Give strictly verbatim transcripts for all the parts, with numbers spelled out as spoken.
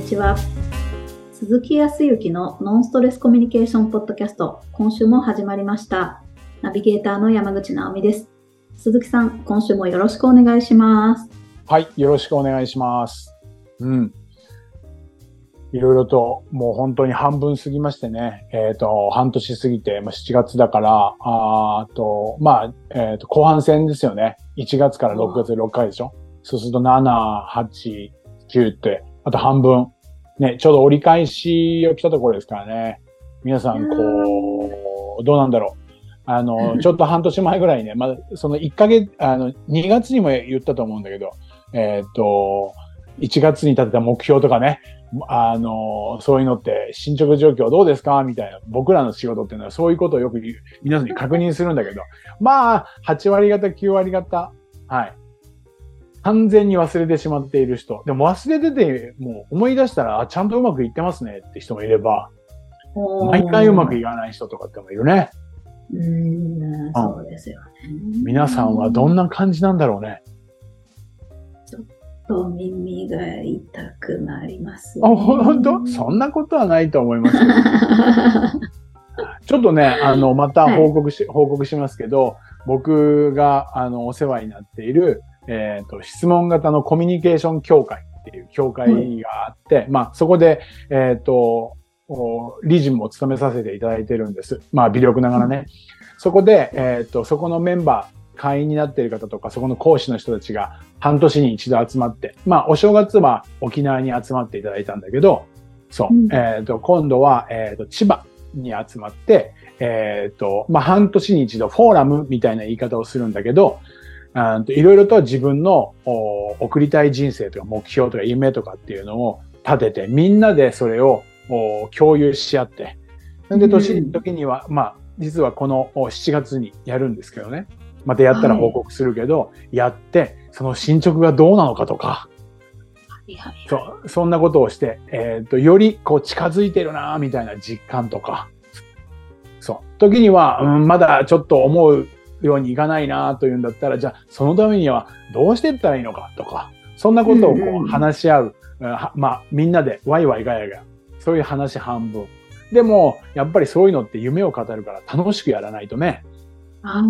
ちは。鈴木康之のノンストレスコミュニケーションポッドキャスト、今週も始まりました。ナビゲーターの山口直美です。鈴木さん、今週もよろしくお願いします。 はい、よろしくお願いします。うん。いろいろと、もう本当に半分過ぎましてね、えっと、半年過ぎて、まあ、しちがつだから、あーと、まあ、えっと、後半戦ですよね。いちがつからろくがつでろっかげつでしょ。そうするとなな、はち、きゅうって、あと半分。ね、ちょうど折り返しを来たところですからね。皆さん、こう、どうなんだろう。あの、ちょっと半年前ぐらいね、まあ、そのいっかげつ、あの、にがつにも言ったと思うんだけど、えっと、いちがつに立てた目標とかね、あの、そういうのって進捗状況どうですかみたいな。僕らの仕事っていうのはそういうことをよく皆さんに確認するんだけど、まあ、はちわりがた、きゅうわりがた、はい。完全に忘れてしまっている人。でも忘れてて、もう思い出したら、あ、ちゃんとうまくいってますねって人もいれば、毎回うまくいかない人とかってもいるね。 うーん、そうですよね。 皆さんはどんな感じなんだろうね。 ちょっと耳が痛くなりますね。 あ、ほんと？そんなことはないと思いますけど。ちょっとね、あの、また報告し、はい、報告しますけど、僕が、あの、お世話になっている、えっと、質問型のコミュニケーション協会っていう協会があって、うん、まあ、そこで、えっと、理事も務めさせていただいてるんです。まあ、微力ながらね。うん、そこで、えっと、そこのメンバー、会員になっている方とか、そこの講師の人たちが半年に一度集まって、まあ、お正月は沖縄に集まっていただいたんだけど、そう、うん、えっと、今度は、えっと、千葉に集まって、えっと、まあ、半年に一度フォーラムみたいな言い方をするんだけど、いろいろと自分の送りたい人生とか目標とか夢とかっていうのを立てて、みんなでそれを共有し合って、で、年、時には、まあ、実はこのしちがつにやるんですけどね。またやったら報告するけど、はい、やって、その進捗がどうなのかとか、 はいはいはい、 そう、そんなことをして、えっと、よりこう近づいてるなみたいな実感とか、そう、時には、うん、まだちょっと思うようにいかないなというんだったら、じゃあそのためにはどうしていったらいいのかとか、そんなことをこう話し合う、うんうん、まあみんなでワイワイガヤガヤ、そういう話半分。でも、やっぱりそういうのって夢を語るから楽しくやらないとね。 はい、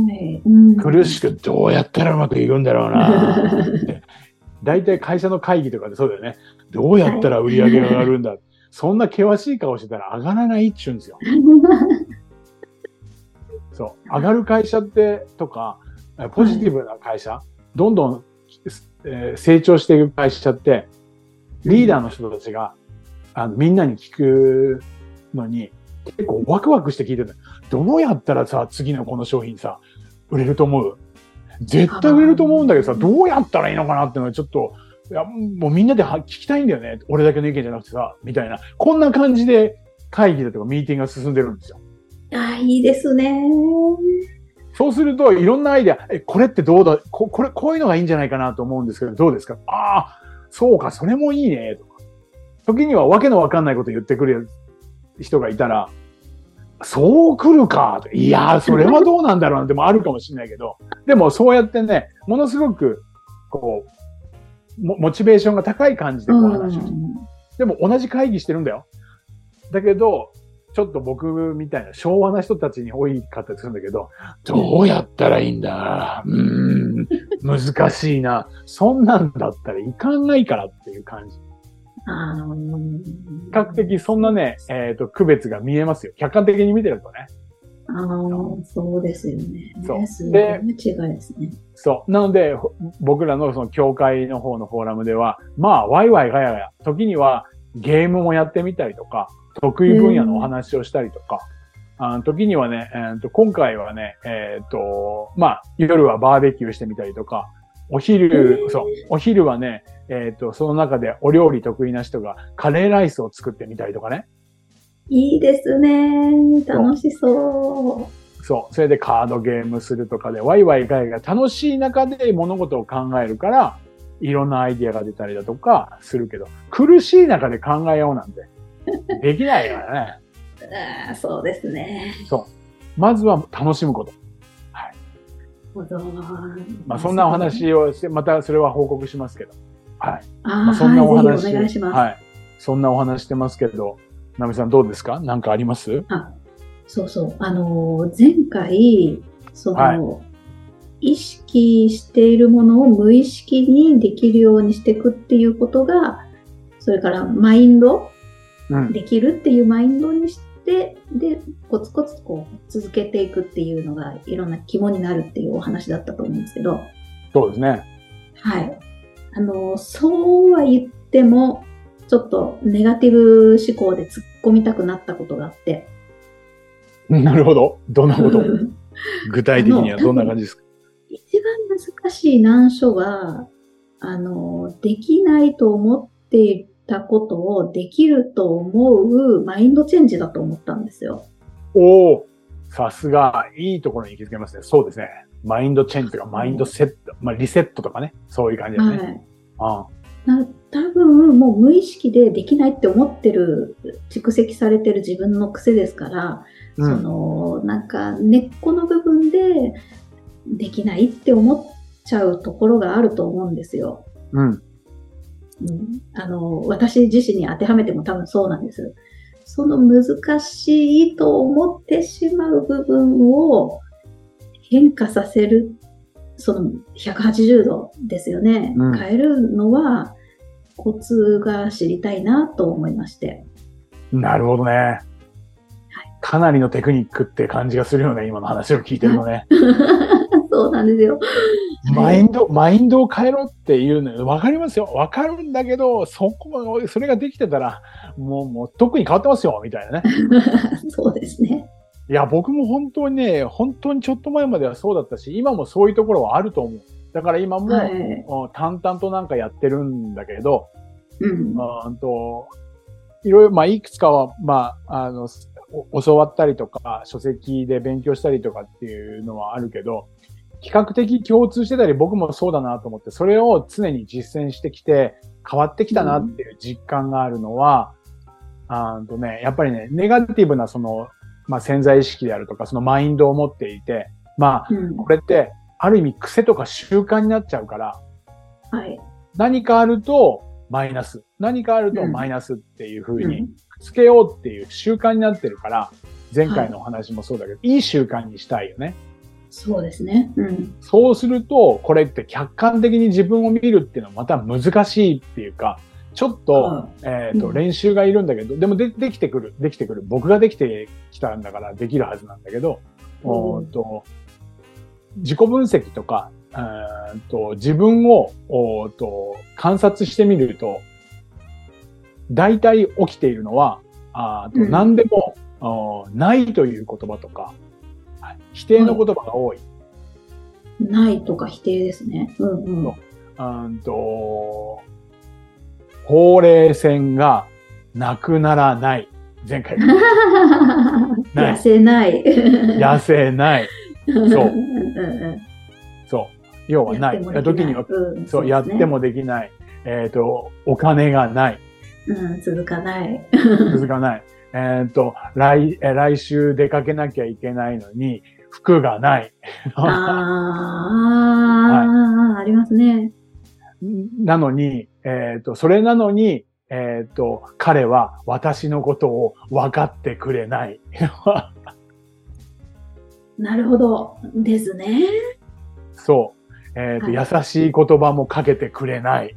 うん、 苦しくどうやったらうまくいくんだろうなって。大体会社の会議とかでそうだよね。どうやったら売り上げが上がるんだ。そんな険しい顔してたら上がらないっちゅうんですよ。そう。上がる会社ってとか、ポジティブな会社、はい、どんどん、えー、成長していく会社って、リーダーの人たちが、あのみんなに聞くのに、結構ワクワクして聞いてる。どうやったらさ、次のこの商品さ、売れると思う？絶対売れると思うんだけどさ、どうやったらいいのかなっていうのはちょっと、いや、もうみんなで聞きたいんだよね。俺だけの意見じゃなくてさ、みたいな。こんな感じで会議だとかミーティングが進んでるんですよ。 あ、いいですね。 そうすると、いろんなアイデア、え、これってどうだ、こ、これ、こういうのがいいんじゃないかなと思うんですけど、どうですか？ああ、そうか、それもいいね、とか。時にはわけのわかんないこと言ってくれる人がいたら、そう来るか。いやー、それはどうなんだろうな。でもあるかもしれないけど。でもそうやってね、ものすごく、こう、モモチベーションが高い感じでこう話をして。でも同じ会議してるんだよ。だけど、ちょっと僕みたいな昭和な人たちに多いかったりするんだけど、どうやったらいいんだ。うーん、難しいな。そんなんだったらいかんないからっていう感じ。 あ比較的そんなね、えっと、区別が見えますよ。客観的に見てるとね。 ああ、そうですよね。 そう。 すごい違いですね。 そう。なので、僕らのその協会の方のフォーラムでは、まあ、ワイワイガヤガヤ、時にはゲームもやってみたりとか、得意分野のお話をしたりとか、あ時にはね、えーと、今回はね、えっと、まあ、夜はバーベキューしてみたりとか、お昼、そう、お昼はね、えっと、その中でお料理得意な人がカレーライスを作ってみたりとかね。 いいですね。楽しそう。 そう。それでカードゲームするとかで、ワイワイガイが楽しい中で物事を考えるから、いろんなアイディアが出たりだとかするけど、苦しい中で考えようなんて、できないからね。 あ、そうですね。 そう。まずは楽しむこと。はい。まあ、そんなお話をして、またそれは報告しますけど。はい。 あ、 まあ、そんなお話、 はい、ぜひお願いします。 はい。 そんなお話してますけど、ナミさんどうですか？なんかあります？ あ、そうそう。あの、前回、その、はい、意識しているものを無意識にできるようにしていくっていうことが、それからマインド、うん、できるっていうマインドにして、で、コツコツこう続けていくっていうのがいろんな肝になるっていうお話だったと思うんですけど。 そうですね。 はい。あの、そうは言っても、ちょっとネガティブ思考で突っ込みたくなったことがあって。 なるほど。どんなこと具体的にはどんな感じですか？ 一番難しい難所は、あの、できないと思っていたことをできると思うマインドチェンジだと思ったんですよ。 おお、さすが、いいところに気づけますね。そうですね。マインドチェンジとか、マインドセット、まあ、リセットとかね。そういう感じだね。はい。ああ、 な多分、もう無意識でできないって思ってる、蓄積されてる自分の癖ですから、うん、その、なんか根っこの部分でできないって思っちゃうところがあると思うんですよ。 うん。 うん、あの、私自身に当てはめても多分そうなんです。その難しいと思ってしまう部分を変化させる、そのひゃくはちじゅうどですよね。うん、変えるのはコツが知りたいなと思いまして。 なるほどね。はい、かなりのテクニックって感じがするよね、今の話を聞いてるのね。 そうなんですよ。 マインド、マインドを変えろっていうの、わかりますよ。わかるんだけど、そこ、それができてたら、もう、もう、特に変わってますよ、みたいなね。 そうですね。 いや、僕も本当にね、本当にちょっと前まではそうだったし、今もそういうところはあると思う。だから今も、はい、淡々となんかやってるんだけど、うん。うんと、いろいろ、まあ、いくつかは、まあ、あの、教わったりとか、書籍で勉強したりとかっていうのはあるけど、比較的共通してたり僕もそうだなと思って、それを常に実践してきて変わってきたなっていう実感があるのは、うん、あとね、やっぱりね、ネガティブなその、まあ、潜在意識であるとか、そのマインドを持っていて、まあ、うん、これってある意味癖とか習慣になっちゃうから、 はい、 何かあるとマイナス、何かあるとマイナスっていう風につけようっていう習慣になってるから、前回のお話もそうだけど、はい、いい習慣にしたいよね。 そうですね。うん。 そうすると、これって客観的に自分を見るっていうのはまた難しいっていうか、ちょっと、うん、えっと、練習がいるんだけど、でもで、できてくる、できてくる。僕ができてきたんだからできるはずなんだけど、うん、おと自己分析とか、うんと自分をおと観察してみると、大体起きているのは、あと何でも、うん、ないという言葉とか、否定の言葉が多い。 ないとか否定ですね。うんうん。 そう。うんと、ほうれい線がなくならない。前回。 痩せない。 痩せない。そう。そう。要はない。時には、うん、そう、ね、やってもできない。えっと、お金がない。 うん、続かない。 続かない。えっと、来、来週出かけなきゃいけないのに、服がない。 ああ、はい、ありますね。 なのに、えっと、それなのに、えっと、彼は私のことを分かってくれない。 なるほど。ですね。 そう。えっと、はい、優しい言葉もかけてくれない。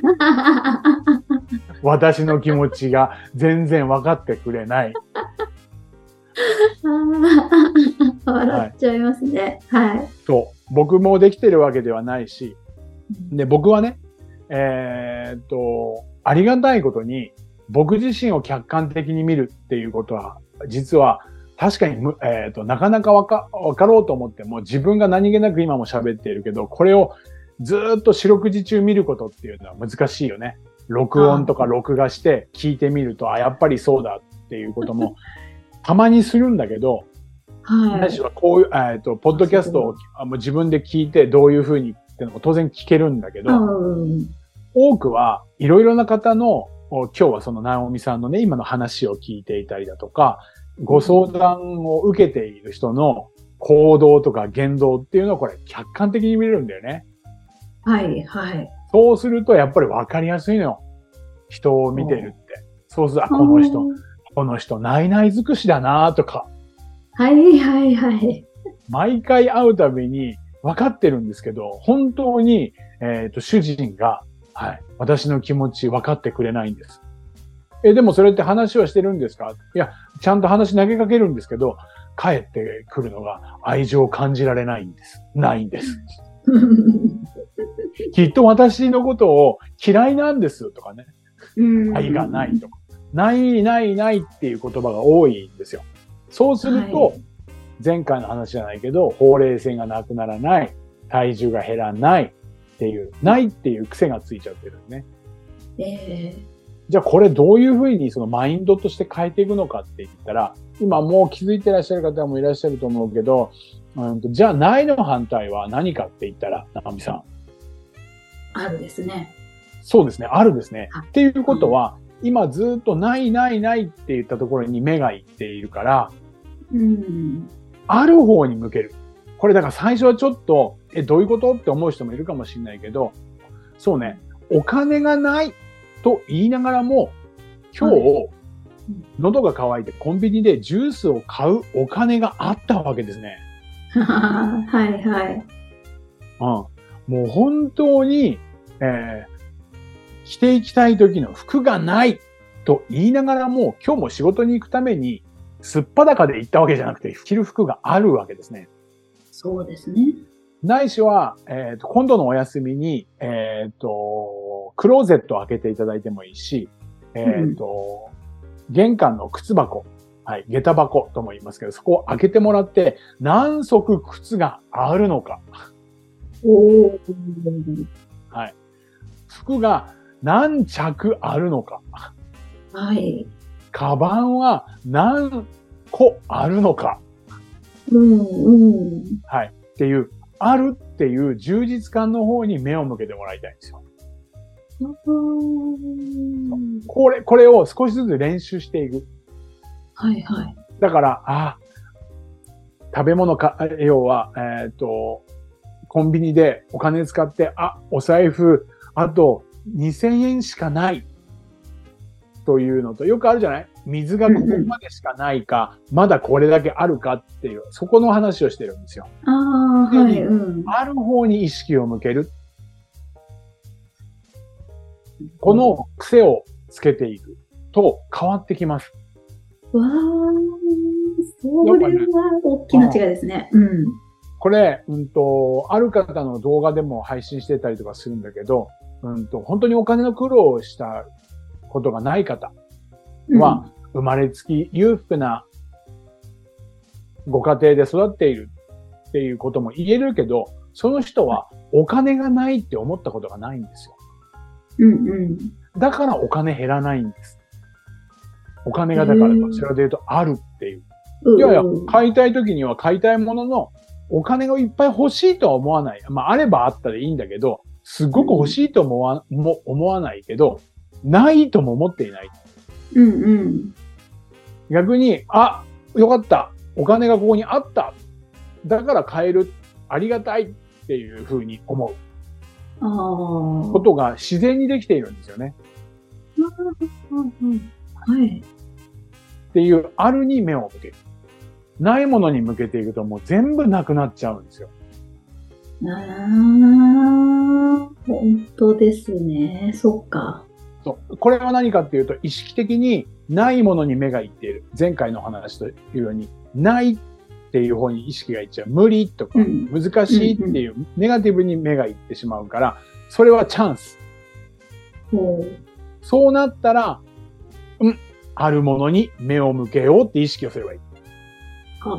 私の気持ちが全然分かってくれない。 笑っちゃいますね。はい。はい、 そう。僕もできてるわけではないし、で、僕はね、えー、っと、ありがたいことに、僕自身を客観的に見るっていうことは、実は確かに、えー、っと、なかなかわか、わかろうと思っても、自分が何気なく今も喋っているけど、これをずーっと四六時中見ることっていうのは難しいよね。録音とか録画して聞いてみると、あ、やっぱりそうだっていうこともたまにするんだけど、はい。私はこういう、えっと、ポッドキャストを自分で聞いてどういうふうにっていうのも当然聞けるんだけど、うん、多くはいろいろな方の、今日はその直美さんのね、今の話を聞いていたりだとか、ご相談を受けている人の行動とか言動っていうのをこれ客観的に見れるんだよね。 はい、はい。 そうするとやっぱり分かりやすいのよ。人を見てるって。 そうすると、あ、この人、この人、ないない尽くしだなとか。 はいはいはい。 毎回会うたびに分かってるんですけど、本当に、えっと、主人が、はい、私の気持ち分かってくれないんです。え、でもそれって話はしてるんですか？いや、ちゃんと話投げかけるんですけど、帰ってくるのが愛情を感じられないんです。ないんです。きっと私のことを嫌いなんですとかね。愛がないとか。ないないないっていう言葉が多いんですよ。そうすると、はい、前回の話じゃないけど、ほうれい線がなくならない、体重が減らないっていう、ないっていう癖がついちゃってるんですね。 えー、 じゃあこれどういうふうにそのマインドとして変えていくのかって言ったら、今もう気づいてらっしゃる方もいらっしゃると思うけど、うんと、じゃあないの反対は何かって言ったら、直美さん。 あるですね。 そうですね、あるですね。っていうことは、うん、今ずっとないないないって言ったところに目がいっているから、 うん、 ある方に向ける。これだから最初はちょっと、え、どういうことって思う人もいるかもしれないけど、そうね、お金がないと言いながらも、今日、はい、喉が渇いてコンビニでジュースを買うお金があったわけですね。 はいはい。 うん。もう本当に、えー、着ていきたい時の服がないと言いながらも、今日も仕事に行くために、すっぱだかで行ったわけじゃなくて、着る服があるわけですね。 そうですね。 ないしは、えっと、今度のお休みに、えっと、クローゼットを開けていただいてもいいし、えっと、うん、玄関の靴箱、はい、下駄箱とも言いますけど、そこを開けてもらって、何足靴があるのか。 おー。 はい。服が何着あるのか。 はい。 カバンは何個あるのか。 うんうん。 はい。っていう、あるっていう充実感の方に目を向けてもらいたいんですよ。これ、これを少しずつ練習していく。 はいはい。 だから、あ、食べ物か、要は、えっと、コンビニでお金使って、あ、お財布、あとにせんえんしかないというのと、よくあるじゃない？水がここまでしかないか、うんうん、まだこれだけあるかっていう、そこの話をしてるんですよ。 ああ、はい、うん。 ある方に意識を向ける。この癖をつけていくと変わってきます。 わー、それは大きな違いですね。うん。 これ、うんと、ある方の動画でも配信してたりとかするんだけど、うんと、本当にお金の苦労をしたことがない方は、うん、生まれつき裕福なご家庭で育っているっていうことも言えるけど、その人はお金がないって思ったことがないんですよ。 うんうん、 だからお金減らないんです。お金がだからどちらで言うとあるっていう。いやいや、買いたい時には買いたいものの、お金がいっぱい欲しいとは思わない。まあ、あればあったでいいんだけど、すごく欲しいと思わ、うん、も思わないけど、ないとも思っていない。 うんうん、 逆に、あ、よかった。お金がここにあった。だから買える。ありがたいっていうふうに思う。 あことが自然にできているんですよね。 はい。 っていう、あるに目を向ける。ないものに向けていくともう全部なくなっちゃうんですよ。 ああ、本当ですね。そっか。 そう。これは何かっていうと、意識的にないものに目がいっている。前回の話というように、ないっていう方に意識がいっちゃう。無理とか、難しいっていうネガティブに目がいってしまうから、それはチャンス。そうなったら、うん、あるものに目を向けようって意識をすればいい。 あ、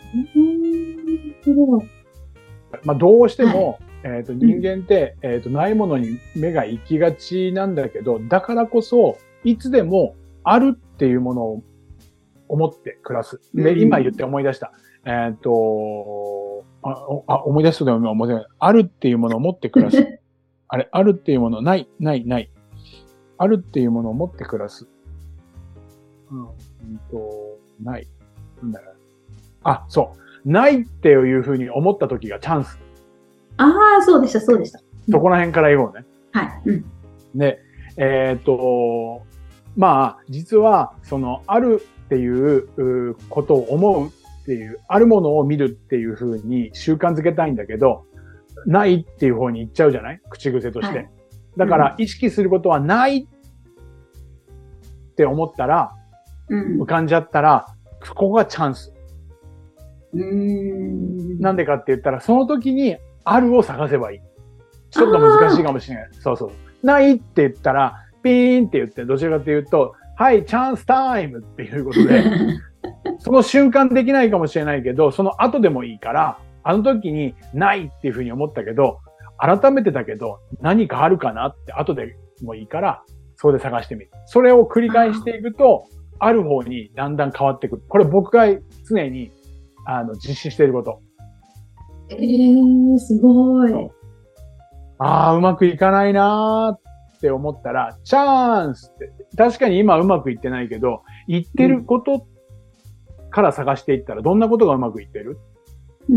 まあ、どうしても、はい、えっと、人間って、うん、えっと、ないものに目が行きがちなんだけど、だからこそ、いつでもあるっていうものを思って暮らす。で、うん、今言って思い出した。えっと、あ、あ思い出すとでも思い出せない。あるっていうものを持って暮らす。あれ、あるっていうもの、ない、ない、ない。あるっていうものを持って暮らす。うん、うんと、ない。なんだろう。あ、そう。ないっていうふうに思った時がチャンス。 ああ、そうでした、そうでした。 そこら辺から言おうね。 はい。うん、 で、えっと、 まあ、実は、その、あるっていうことを思うっていう、あるものを見るっていうふうに習慣づけたいんだけど、ないっていう方に行っちゃうじゃない？口癖として。はい、だから、意識することはないって思ったら、うん、浮かんじゃったら、ここがチャンス。うーんなんでかって言ったら、その時にあるを探せばいい。ちょっと難しいかもしれない。そうそう。ないって言ったら、ピーンって言って、どちらかというと、はい、チャンスタイムっていうことで、その瞬間できないかもしれないけど、その後でもいいから、あの時にないっていうふうに思ったけど、改めてだけど、何かあるかなって後でもいいから、そこで探してみる。それを繰り返していくと、ある方にだんだん変わってくる。これ僕が常に、あの、実施していること。 えー、すごい。 ああ、うまくいかないなーって思ったら、チャンスって。確かに今うまくいってないけど、言ってることから探していったら、どんなことがうまくいってる？うん。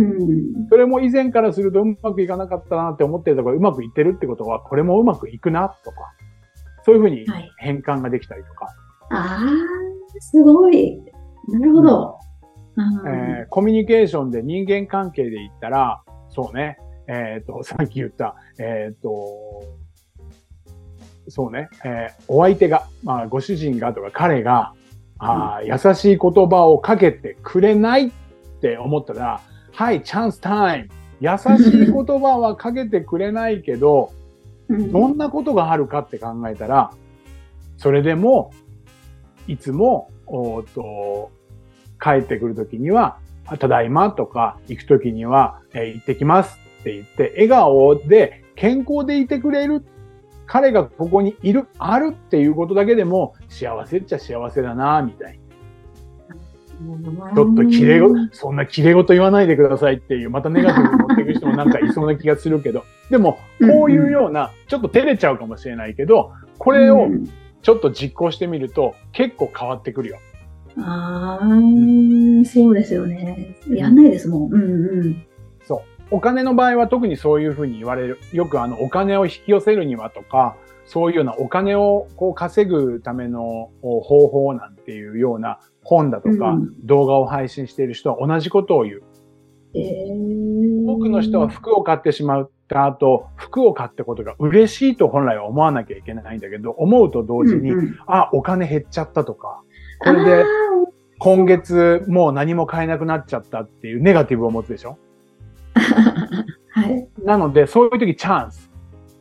それも以前からするとうまくいかなかったなって思ってるところがうまくいってるってことは、これもうまくいくなとか、そういうふうに変換ができたりとか。はい、 ああ、すごい。なるほど。 うんえー、コミュニケーションで人間関係で言ったら、そうね、えっと、さっき言った、えっと、そうね、えー、お相手が、まあ、ご主人がとか彼が、あ優しい言葉をかけてくれないって思ったら、はい、チャンスタイム。優しい言葉はかけてくれないけど、どんなことがあるかって考えたら、それでも、いつも、おーっと、帰ってくるときには、ただいまとか、行くときには、えー、行ってきますって言って、笑顔で健康でいてくれる。彼がここにいる、あるっていうことだけでも、幸せっちゃ幸せだな、みたいな。ちょっと綺麗ご、そんな綺麗事言わないでくださいっていう、またネガティブに持っていく人もなんかいそうな気がするけど、でも、こういうような、ちょっと照れちゃうかもしれないけど、これをちょっと実行してみると、結構変わってくるよ。 ああ、そうですよね。やんないですもん。うんうん。 そう。お金の場合は特にそういうふうに言われる。よくあの、お金を引き寄せるにはとか、そういうようなお金をこう稼ぐための方法なんていうような本だとか、動画を配信している人は同じことを言う。えー、多くの人は服を買ってしまった後、服を買ったことが嬉しいと本来は思わなきゃいけないんだけど、思うと同時に、うんうん、あ、お金減っちゃったとか、これで今月もう何も買えなくなっちゃったっていうネガティブを持つでしょはい。なので、そういう時チャンス。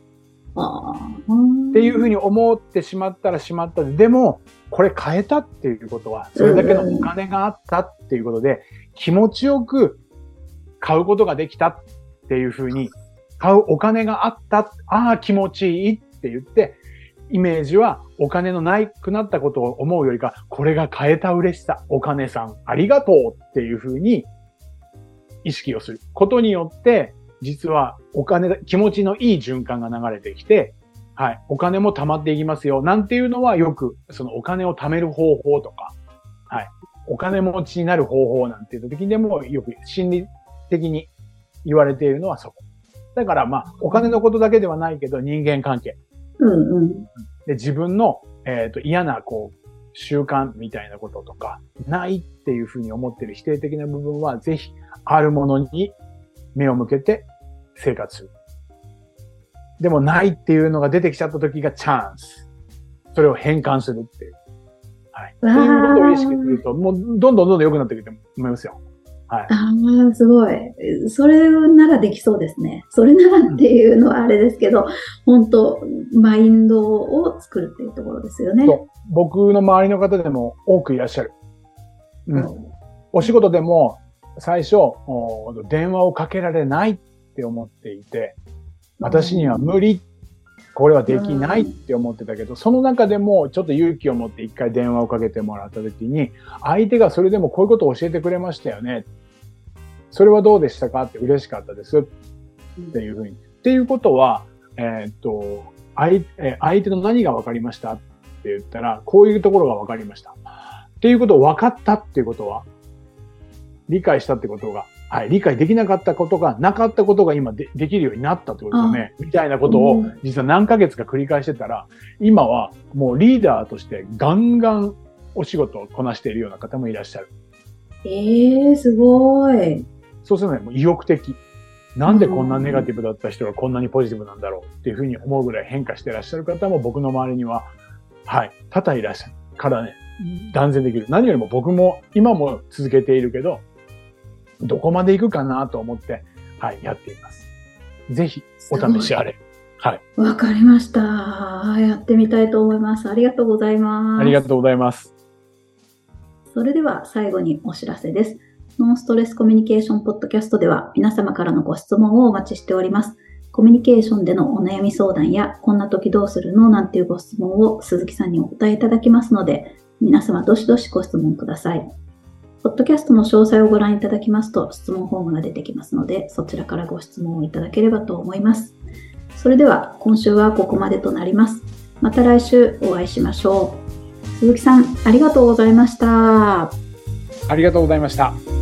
っていうふうに思ってしまったらしまったで、でも、これ変えたっていうことは、それだけのお金があったっていうことで、気持ちよく買うことができたっていうふうに、買うお金があった、ああ、気持ちいいって言って、イメージはお金のなくなったことを思うよりか、これが変えた嬉しさ、お金さんありがとうっていうふうに意識をすることによって、実はお金、気持ちのいい循環が流れてきて、はい、お金も貯まっていきますよ、なんていうのはよく、そのお金を貯める方法とか、はい、お金持ちになる方法なんていう時でもよく心理的に言われているのはそこ。だからまあ、お金のことだけではないけど、人間関係。うんうん、で自分の、えっと、嫌な、こう、習慣みたいなこととか、ないっていうふうに思っている否定的な部分は、ぜひ、あるものに目を向けて生活する。でも、ないっていうのが出てきちゃった時がチャンス。それを変換するっていう。はい。っていうことを意識すると、もう、どんどんどんどん良くなってくると思いますよ。はい。 ああ、すごい。それならできそうですね。それならっていうのはあれですけど、本当マインドを作るっていうところですよね。そう。 僕の周りの方でも多くいらっしゃる。うん。お仕事でも最初、電話をかけられないって思っていて、私には無理、これはできないって思ってたけど、その中でもちょっと勇気を持って一回電話をかけてもらった時に、相手がそれでもこういうことを教えてくれましたよね。それはどうでしたかって嬉しかったですっていうふうに。っていうことは、えー、っと、相、相手の何が分かりましたって言ったら、こういうところが分かりました。っていうことを分かったっていうことは、理解したってことがはい、理解できなかったことがなかったことが今でできるようになったってことですよね。みたいなことを実は何ヶ月か繰り返してたら、今はもうリーダーとしてガンガンお仕事をこなしているような方もいらっしゃる。 ええー、すごい。 そうするとね、もう意欲的。なんでこんなネガティブだった人がこんなにポジティブなんだろうっていうふうに思うぐらい変化していらっしゃる方も僕の周りには、はい、多々いらっしゃるからね、断然できる。何よりも僕も今も続けているけど、どこまで行くかなと思って、はい、やっています。ぜひ、お試しあれ。はい。 わかりました。やってみたいと思います。ありがとうございます。 ありがとうございます。 それでは最後にお知らせです。ノンストレスコミュニケーションポッドキャストでは皆様からのご質問をお待ちしております。コミュニケーションでのお悩み相談や、こんな時どうするのなんていうご質問を鈴木さんにお答えいただきますので、皆様どしどしご質問ください。ポッドキャストの詳細をご覧いただきますと質問フォームが出てきますので、そちらからご質問をいただければと思います。それでは今週はここまでとなります。また来週お会いしましょう。鈴木さん、ありがとうございました。 ありがとうございました。